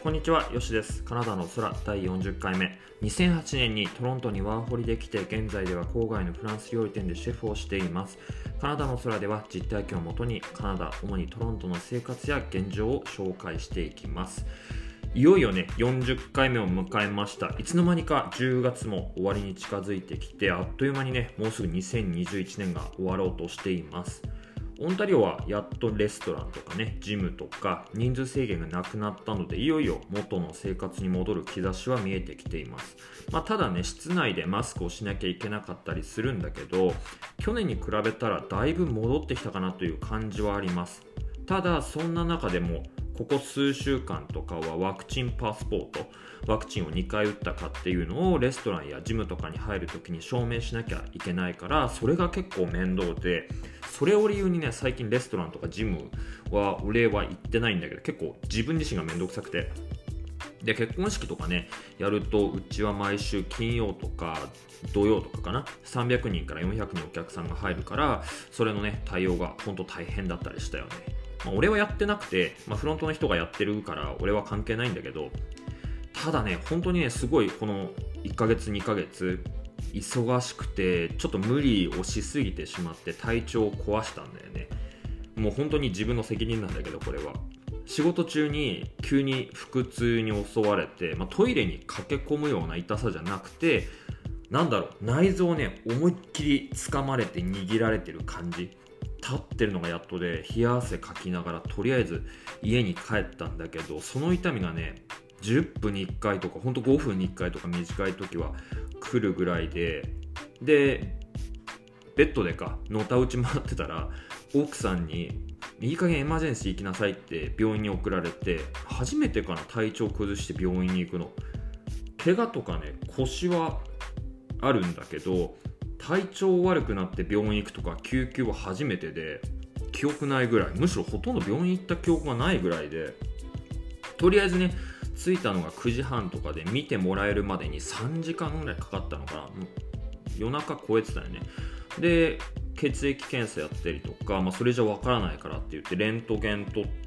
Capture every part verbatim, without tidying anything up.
こんにちは、よしです。カナダの空だいよんじゅっかいめ。にせんはちねんにトロントにワーホリで来て、現在では郊外のフランス料理店でシェフをしています。カナダの空では実体験をもとにカナダ、主にトロントの生活や現状を紹介していきます。いよいよね、よんじゅっかいめを迎えました。いつの間にかじゅうがつも終わりに近づいてきて、あっという間にね、もうすぐにせんにじゅういちねんが終わろうとしています。オンタリオはやっとレストランとかね、ジムとか人数制限がなくなったので、いよいよ元の生活に戻る兆しは見えてきています。まあ、ただね、室内でマスクをしなきゃいけなかったりするんだけど、去年に比べたらだいぶ戻ってきたかなという感じはあります。ただそんな中でもここ数週間とかはワクチンパスポート、ワクチンをにかい打ったかっていうのをレストランやジムとかに入るときに証明しなきゃいけないから、それが結構面倒で、それを理由にね、最近レストランとかジムは俺は行ってないんだけど、結構自分自身が面倒くさくて、で結婚式とかねやると、うちは毎週金曜とか土曜とかかな、さんびゃくにんからよんひゃくにんお客さんが入るから、それのね対応が本当大変だったりしたよね。まあ、俺はやってなくて、まあ、フロントの人がやってるから俺は関係ないんだけど、ただね本当にねすごいこのいっかげつにかげつ忙しくて、ちょっと無理をしすぎてしまって体調を壊したんだよね。もう本当に自分の責任なんだけど、これは仕事中に急に腹痛に襲われて、まあ、トイレに駆け込むような痛さじゃなくて、なんだろう、内臓をね思いっきり掴まれて握られてる感じ。立ってるのがやっとで、冷や汗かきながらとりあえず家に帰ったんだけど、その痛みがねじゅっぷんにいっかいとかほんとごふんにいっかいとか短い時は来るぐらいで、でベッドでかのたうち回ってたら、奥さんにいい加減エマージェンシー行きなさいって病院に送られて、初めてかな体調崩して病院に行くの。怪我とかね腰はあるんだけど、体調悪くなって病院行くとか救急は初めてで、記憶ないぐらい、むしろほとんど病院行った記憶がないぐらいで、とりあえずね着いたのがくじはんとかで、見てもらえるまでにさんじかんぐらいかかったのかな。夜中超えてたよね。で血液検査やったりとか、まあ、それじゃわからないからって言ってレントゲン取って、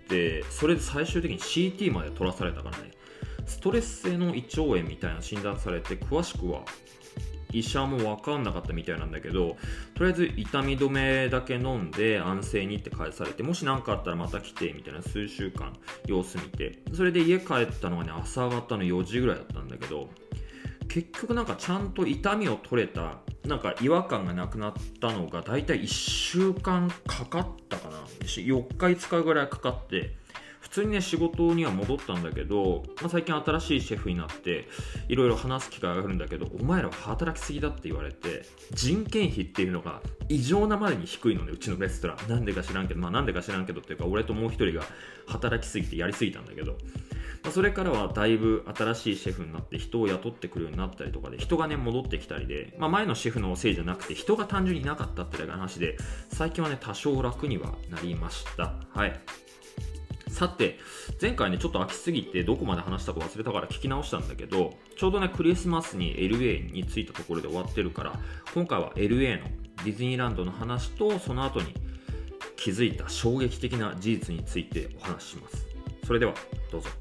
それで最終的に シーティー まで取らされたからね。ストレス性の胃腸炎みたいな診断されて、詳しくは医者も分かんなかったみたいなんだけど、とりあえず痛み止めだけ飲んで安静にって返されて、もし何かあったらまた来てみたいな、数週間様子見て、それで家帰ったのがね朝方のよじぐらいだったんだけど、結局なんかちゃんと痛みを取れた、なんか違和感がなくなったのがだいたいいっしゅうかんかかったかな。よっかいつかぐらいかかって、普通にね仕事には戻ったんだけど、まあ、最近新しいシェフになっていろいろ話す機会があるんだけど、お前らは働きすぎだって言われて、人件費っていうのが異常なまでに低いので、うちのレストランなんでか知らんけど、まあなんでか知らんけどっていうか、俺ともう一人が働きすぎてやりすぎたんだけど、まあ、それからはだいぶ新しいシェフになって人を雇ってくるようになったりとかで、人がね戻ってきたりで、まあ、前のシェフのせいじゃなくて人が単純にいなかったっていう話で、最近はね多少楽にはなりました。はい。さて前回ねちょっと飽きすぎてどこまで話したか忘れたから聞き直したんだけど、ちょうどねクリスマスに エルエー に着いたところで終わってるから、今回は エルエー のディズニーランドの話と、その後に気づいた衝撃的な事実についてお話しします。それではどうぞ。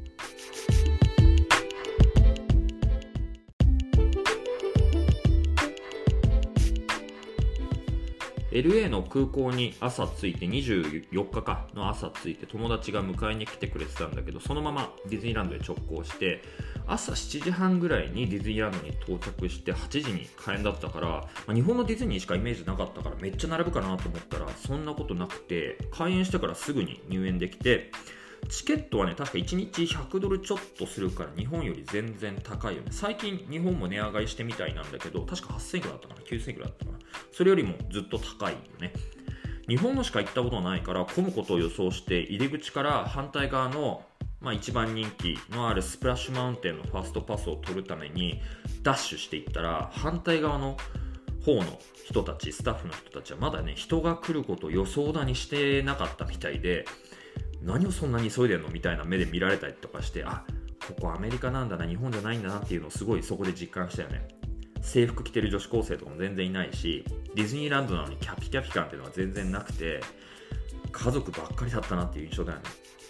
エルエー の空港に朝着いて、にじゅうよっかかの朝着いて、友達が迎えに来てくれてたんだけど、そのままディズニーランドへ直行して、朝しちじはんぐらいにディズニーランドに到着して、はちじに開園だったから、まあ、日本のディズニーしかイメージなかったからめっちゃ並ぶかなと思ったら、そんなことなくて、開園してからすぐに入園できて、チケットはね確かいちにちひゃくドルちょっとするから、日本より全然高いよね。最近日本も値上がりしてみたいなんだけど、確かはっせんえんくらいだったかな、きゅうせんえんくらいだったかな。それよりもずっと高いよね。日本のしか行ったことないから混むことを予想して、入り口から反対側の、まあ、一番人気のあるスプラッシュマウンテンのファーストパスを取るためにダッシュしていったら、反対側の方の人たち、スタッフの人たちはまだね人が来ることを予想だにしてなかったみたいで、何をそんなに急いでんのみたいな目で見られたりとかして、あ、ここアメリカなんだな、日本じゃないんだなっていうのをすごいそこで実感したよね。制服着てる女子高生とかも全然いないし、ディズニーランドなのにキャピキャピ感っていうのは全然なくて、家族ばっかりだったなっていう印象だよね。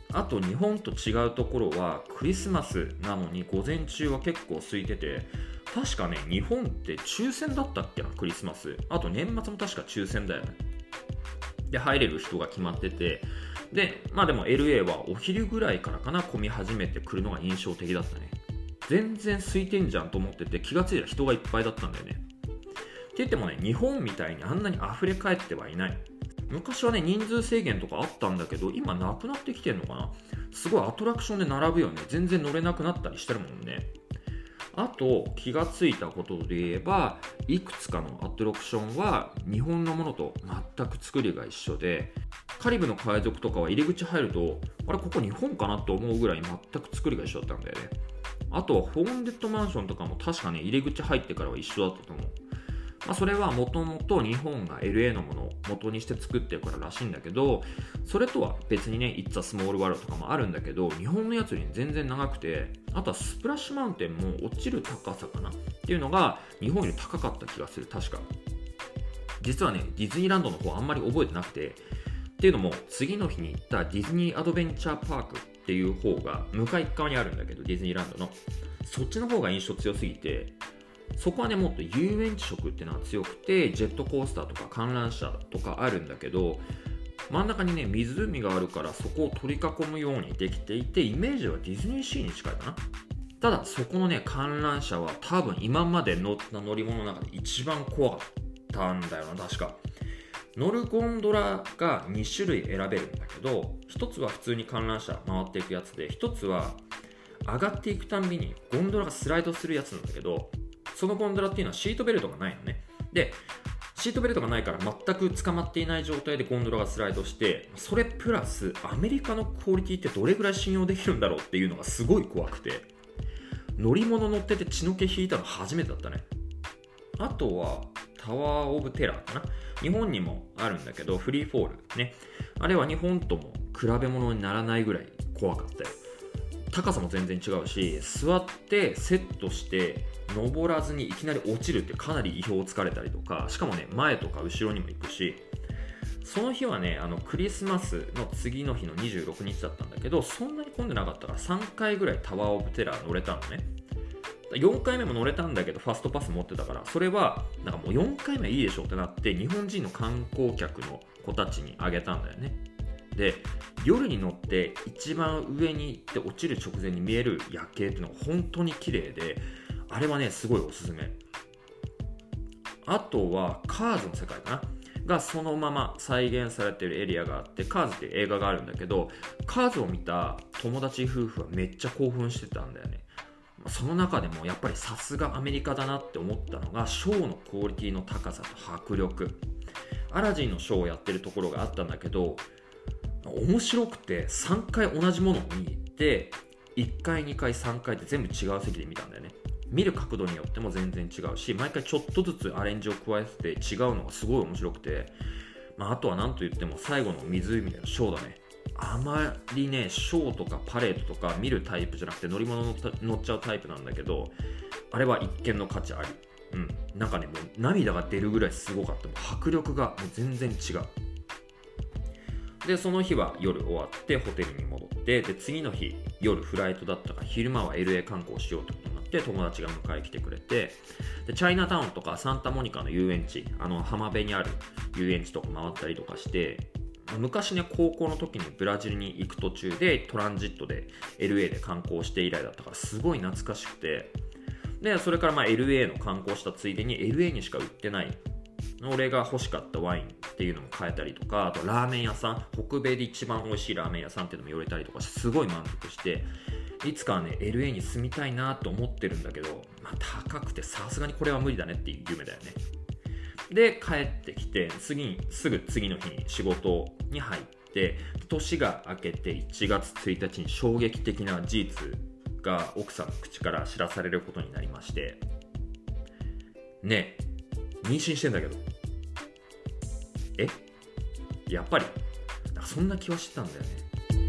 あと日本と違うところはクリスマスなのに午前中は結構空いてて、確かね日本って抽選だったっけな、クリスマス。あと年末も確か抽選だよね。で入れる人が決まってて、でまあでも エルエー はお昼ぐらいからかな混み始めてくるのが印象的だったね。全然空いてんじゃんと思ってて、気がついたら人がいっぱいだったんだよね。って言ってもね、日本みたいにあんなに溢れ返ってはいない。昔はね人数制限とかあったんだけど、今なくなってきてんのかな。すごいアトラクションで並ぶよね。全然乗れなくなったりしてるもんね。あと気がついたことで言えば、いくつかのアトラクションは日本のものと全く作りが一緒で、カリブの海賊とかは入り口入ると、あれここ日本かなと思うぐらい全く作りが一緒だったんだよね。あとはホーンデッドマンションとかも確かね入り口入ってからは一緒だったと思う。まあ、それはもともと日本が エルエー のものを元にして作ってるかららしいんだけど、それとは別にね It's a Small World とかもあるんだけど、日本のやつより全然長くて、あとはスプラッシュマウンテンも落ちる高さかなっていうのが日本より高かった気がする。確か実はねディズニーランドの方あんまり覚えてなくて、っていうのも次の日に行ったディズニーアドベンチャーパークっていう方が向かい側にあるんだけど、ディズニーランドのそっちの方が印象強すぎて、そこはねもっと遊園地色っていうのは強くて、ジェットコースターとか観覧車とかあるんだけど、真ん中にね湖があるからそこを取り囲むようにできていて、イメージはディズニーシーに近いかな。ただそこのね観覧車は多分今まで乗った乗り物の中で一番怖かったんだよな。確か乗るゴンドラがに種類選べるんだけど、ひとつは普通に観覧車回っていくやつで、ひとつは上がっていくたんびにゴンドラがスライドするやつなんだけど、そのゴンドラっていうのはシートベルトがないのね。でシートベルトがないから全く捕まっていない状態でゴンドラがスライドして、それプラスアメリカのクオリティってどれぐらい信用できるんだろうっていうのがすごい怖くて、乗り物乗ってて血の気引いたの初めてだったね。あとはタワーオブテラーかな。日本にもあるんだけど、フリーフォールね、あれは日本とも比べ物にならないぐらい怖かったよ。高さも全然違うし、座ってセットして登らずにいきなり落ちるってかなり意表をつかれたりとか、しかもね前とか後ろにも行くし、その日はねあのクリスマスの次の日のにじゅうろくにちだったんだけど、そんなに混んでなかったからさんかいぐらいタワーオブテラー乗れたのね。よんかいめも乗れたんだけどファストパス持ってたから、それはなんかもうよんかいめいいでしょってなって、日本人の観光客の子たちにあげたんだよね。で夜に乗って一番上に行って落ちる直前に見える夜景っていうのが本当に綺麗で、あれはねすごいおすすめ。あとはカーズの世界かながそのまま再現されているエリアがあって、カーズって映画があるんだけど、カーズを見た友達夫婦はめっちゃ興奮してたんだよね。その中でもやっぱりさすがアメリカだなって思ったのがショーのクオリティの高さと迫力。アラジンのショーをやってるところがあったんだけど、面白くてさんかい同じものを見に行って、いっかいにかいさんかいって全部違う席で見たんだよね。見る角度によっても全然違うし、毎回ちょっとずつアレンジを加えてて違うのがすごい面白くて、まあ、あとは何と言っても最後の湖でのショーだね。あまりねショーとかパレードとか見るタイプじゃなくて乗り物乗っちゃうタイプなんだけど、あれは一見の価値あり。うん、なんかねもう涙が出るぐらいすごかった。もう迫力がもう全然違う。でその日は夜終わってホテルに戻って、で次の日夜フライトだったから昼間は エルエー 観光しようってことになって、友達が迎え来てくれて、でチャイナタウンとかサンタモニカの遊園地、あの浜辺にある遊園地とか回ったりとかして、昔ね高校の時にブラジルに行く途中でトランジットで エルエー で観光して以来だったからすごい懐かしくて、でそれからまあ エルエー の観光したついでに エルエー にしか売ってない俺が欲しかったワインっていうのも買えたりとか、あとラーメン屋さん、北米で一番美味しいラーメン屋さんっていうのも寄れたりとかして、すごい満足して、いつかはね エルエー に住みたいなと思ってるんだけど、まあ、高くてさすがにこれは無理だねっていう夢だよね。で帰ってきて次にすぐ次の日に仕事に入って、年が明けていちがつついたちに衝撃的な事実が奥さんの口から知らされることになりまして、ねえ妊娠してんだけど。えやっぱりなんかそんな気はしてたんだよね。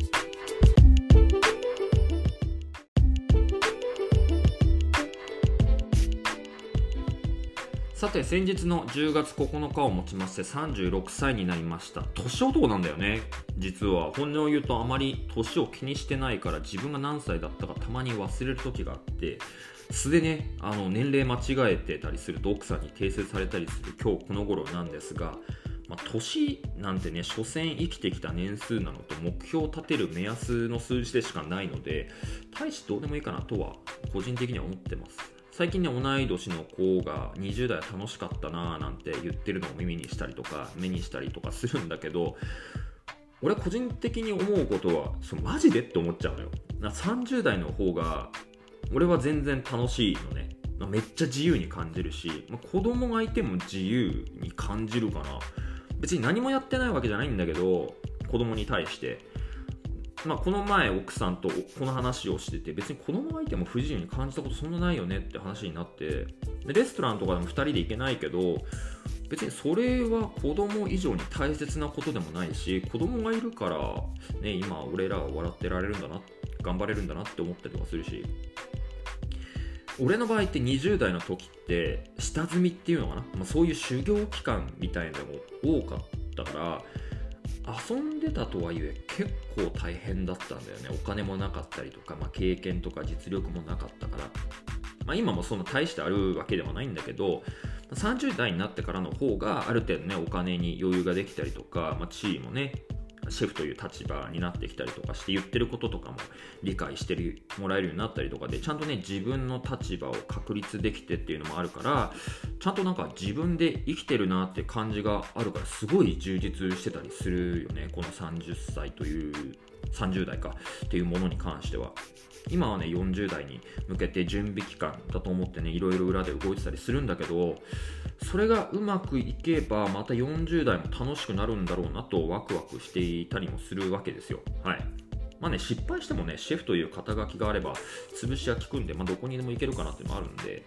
さて先日のじゅうがつここのかをもちましてさんじゅうろくさいになりました。年男なんだよね。 実は本音を言うとあまり年を気にしてないから自分が何歳だったかたまに忘れる時があって、素でねあの年齢間違えてたりすると奥さんに訂正されたりする今日この頃なんですが、まあ、年なんてね所詮生きてきた年数なのと目標を立てる目安の数字でしかないので、大してどうでもいいかなとは個人的には思ってます。最近ね同い年の子がにじゅう代楽しかったなーなんて言ってるのを耳にしたりとか目にしたりとかするんだけど、俺個人的に思うことはそマジでって思っちゃうのよ。さんじゅう代の方が俺は全然楽しいのね。めっちゃ自由に感じるし、まあ、子供がいても自由に感じるかな。別に何もやってないわけじゃないんだけど、子供に対して、まあ、この前奥さんとこの話をしてて、別に子供がいても不自由に感じたことそんなないよねって話になって、でレストランとかでもふたりで行けないけど、別にそれは子供以上に大切なことでもないし、子供がいるから、ね、今俺らは笑ってられるんだな、頑張れるんだなって思ったりとかするし、俺の場合ってにじゅう代の時って下積みっていうのかな、まあ、そういう修行期間みたいなのも多かったから、遊んでたとはいえ結構大変だったんだよね。お金もなかったりとか、まあ、経験とか実力もなかったから、まあ、今もそんな大してあるわけではないんだけど、さんじゅう代になってからの方がある程度ねお金に余裕ができたりとか、まあ、地位もねシェフという立場になってきたりとかして、言ってることとかも理解してもらえるようになったりとかで、ちゃんとね自分の立場を確立できてっていうのもあるから、ちゃんとなんか自分で生きてるなって感じがあるから、すごい充実してたりするよね、このさんじゅっさいというさんじゅう代かっていうものに関しては。今はねよんじゅう代に向けて準備期間だと思ってねいろいろ裏で動いてたりするんだけど、それがうまくいけばまたよんじゅう代も楽しくなるんだろうなとワクワクしていたりもするわけですよ。はい。まあね、失敗してもねシェフという肩書きがあれば潰しは効くんで、まあ、どこにでも行けるかなっていうのもあるんで、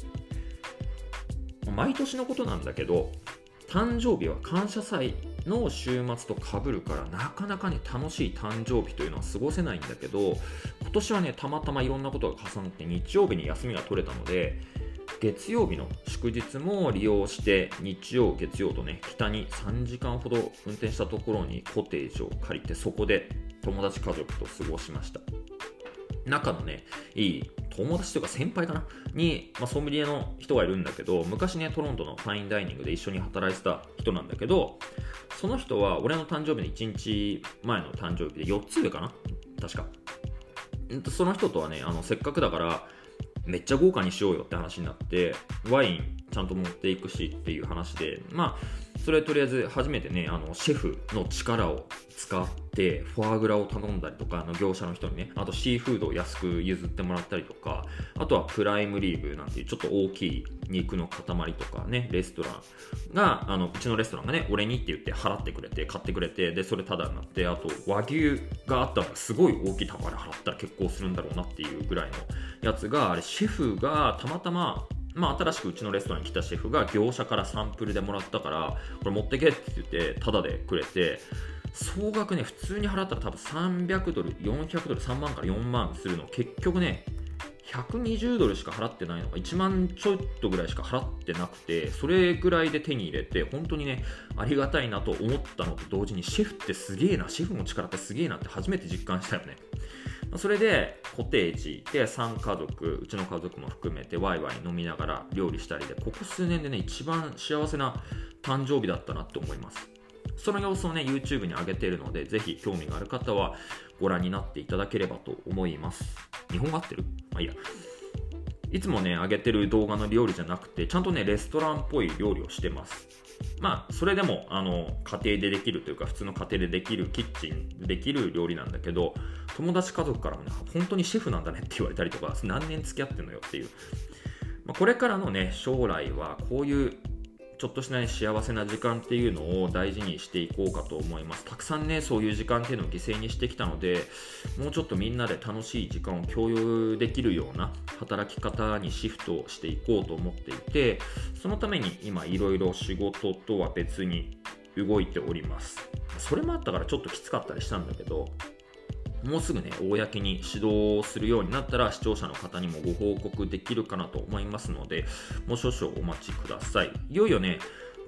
毎年のことなんだけど、誕生日は感謝祭の週末と被るからなかなかね楽しい誕生日というのは過ごせないんだけど、今年はねたまたまいろんなことが重なって日曜日に休みが取れたので、月曜日の祝日も利用して日曜月曜とね北にさんじかんほど運転したところにコテージを借りて、そこで友達家族と過ごしました。仲のねいい友達というか先輩かなに、まあ、ソムリエの人がいるんだけど、昔ねトロントのファインダイニングで一緒に働いてた人なんだけど、その人は俺の誕生日のいちにちまえの誕生日でよっつ上かな確か。その人とはねあのせっかくだからめっちゃ豪華にしようよって話になって、ワインちゃんと持っていくしっていう話で、まあそれとりあえず初めてねあのシェフの力を使ってフォアグラを頼んだりとか、あの業者の人にね、あとシーフードを安く譲ってもらったりとか、あとはプライムリーブなんていうちょっと大きい肉の塊とかね、レストランがあのうちのレストランがね俺にって言って払ってくれて買ってくれて、でそれタダになって、あと和牛があったのがすごい大きい玉で払ったら結構するんだろうなっていうぐらいのやつが、あれシェフがたまたままあ、新しくうちのレストランに来たシェフが業者からサンプルでもらったから、これ持ってけって言ってタダでくれて、総額ね普通に払ったら多分さんびゃくドルよんひゃくドルさんまんからよんまんするの、結局ねひゃくにじゅうドルしか払ってないのかいちまんちょっとぐらいしか払ってなくて、それぐらいで手に入れて本当にねありがたいなと思ったのと同時に、シェフってすげえな、シェフの力ってすげえなって初めて実感したよね。それでコテージでさん家族、うちの家族も含めてワイワイ飲みながら料理したりで、ここ数年でね一番幸せな誕生日だったなって思います。その様子をね YouTube に上げているので、ぜひ興味がある方はご覧になっていただければと思います。日本語合ってる？まあいいや。いつもね上げてる動画の料理じゃなくて、ちゃんとねレストランっぽい料理をしてます。まあそれでもあの家庭でできるというか、普通の家庭でできるキッチンでできる料理なんだけど、友達家族からもね本当にシェフなんだねって言われたりとか、何年付き合ってんのよっていう、まあ、これからのね将来はこういうちょっとしない幸せな時間っていうのを大事にしていこうかと思います。たくさんねそういう時間っていうのを犠牲にしてきたので、もうちょっとみんなで楽しい時間を共有できるような働き方にシフトしていこうと思っていて、そのために今いろいろ仕事とは別に動いております。それもあったからちょっときつかったりしたんだけど、もうすぐね公に指導するようになったら視聴者の方にもご報告できるかなと思いますので、もう少々お待ちください。いよいよね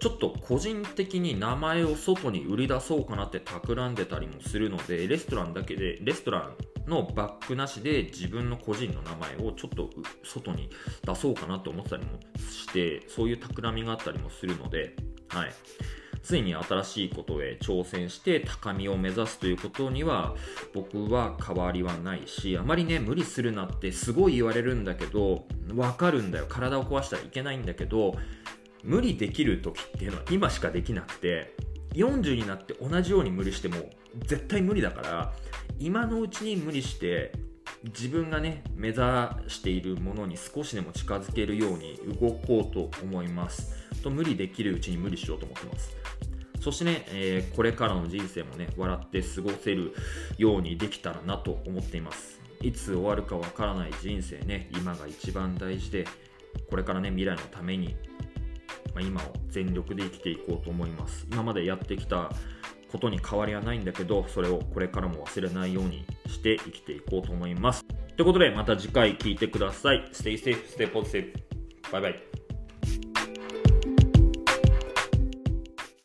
ちょっと個人的に名前を外に売り出そうかなって企んでたりもするので、レストランだけで、レストランのバックなしで自分の個人の名前をちょっと外に出そうかなって思ってたりもして、そういう企みがあったりもするので、はい。ついに新しいことへ挑戦して高みを目指すということには僕は変わりはないし、あまりね無理するなってすごい言われるんだけど、わかるんだよ。体を壊したらいけないんだけど、無理できる時っていうのは今しかできなくて、よんじゅうになって同じように無理しても絶対無理だから、今のうちに無理して自分がね目指しているものに少しでも近づけるように動こうと思います。と無理できるうちに無理しようと思ってます。そしてね、えー、これからの人生もね笑って過ごせるようにできたらなと思っています。いつ終わるかわからない人生ね、今が一番大事で、これからね未来のために、まあ、今を全力で生きていこうと思います。今までやってきたことに変わりはないんだけど、それをこれからも忘れないようにして生きていこうと思います。ということでまた次回聞いてください。Stay safe, stay positive. Bye bye.